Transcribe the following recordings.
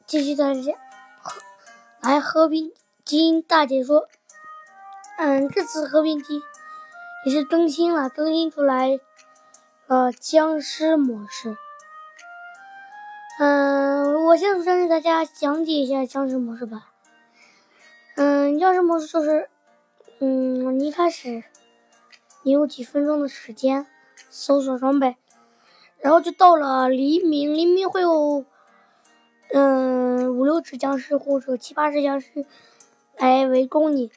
继续来和平精英大解说。这次和平精也是更新出来僵尸模式。我先给大家讲解一下僵尸模式吧。僵尸模式就是，你一开始你有几分钟的时间搜索装备，然后就到了黎明会有5-6只僵尸或者7-8只僵尸来围攻你。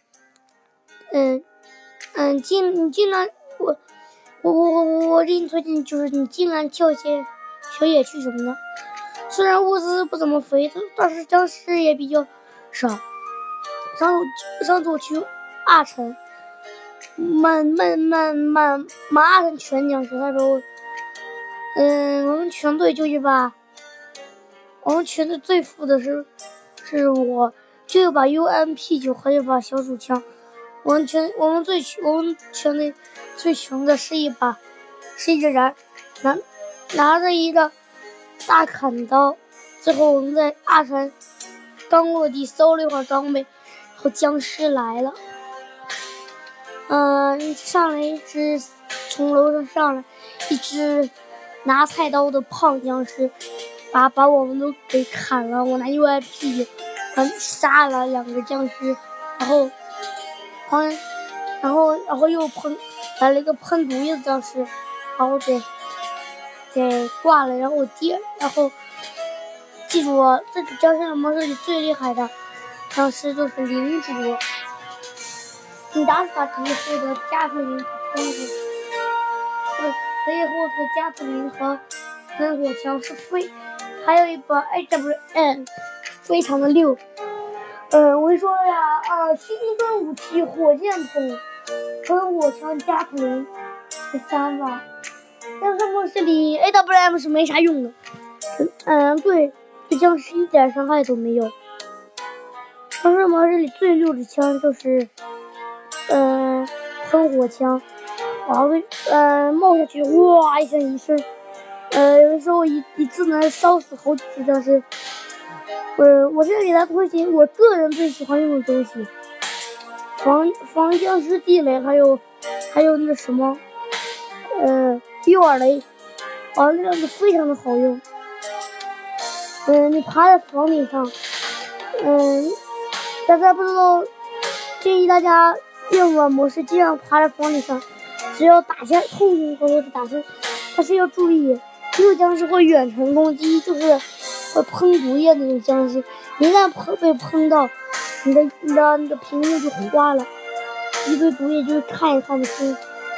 尽量我给你推荐就是你尽量跳一些小野区什么的，虽然物资不怎么肥，但是僵尸也比较少。上组区2城满2城全僵尸，那时候我们全队就一把，我们全队最富的是我，就有把 UMP9 和一把小手枪。我们全队最穷的是一个人拿着一个大砍刀。最后我们在2城刚落地搜了一会儿装备，然后僵尸来了。上来一只从楼上上来一只拿菜刀的胖僵尸，把我们都给砍了。我拿 UMP 杀了2个僵尸，然后又来了一个喷毒液的僵尸，然后给挂了。然后记住这个僵尸模式里最厉害的僵尸就是领主。你打死他可以获得加特林和喷火，可以获得加特林和喷火枪还有一把 AWM 非常的溜。我跟你说呀，新增武器火箭筒、喷火枪、加特林这3把。但是模式里 AWM 是没啥用的。对僵尸一点伤害都没有。僵尸模式里最溜的枪就是喷火枪，冒下去哇一声，有的时候一次能烧死好几只僵尸。我现在给大家推荐我个人最喜欢用的东西，防僵尸地雷，还有那什么诱饵雷，那样子非常的好用。你爬在房顶上，大家不知道，建议大家用个模式尽量爬在房顶上，只要打下痛苦的打声，但是要注意，这个僵尸会远程攻击，就是会喷毒液那种僵尸，一旦被喷到，你的屏幕就花了，一堆毒液就看也看不清。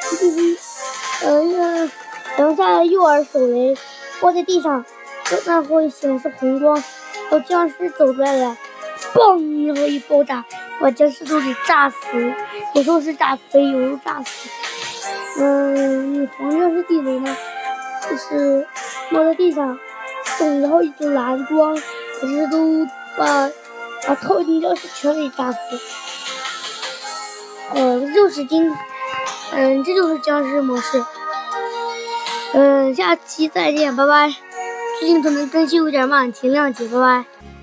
等下诱饵手雷挂在地上，那会显示红光，有僵尸走出来了，嘣，然后一爆炸，把僵尸都给炸死，有时候是炸飞，有时候炸死。你防僵尸地雷呢，就是摸在地上，然后一直蓝光，可是都把靠近僵尸全给炸死。这就是僵尸模式。下期再见，拜拜。最近可能更新有点慢，请谅解，拜拜。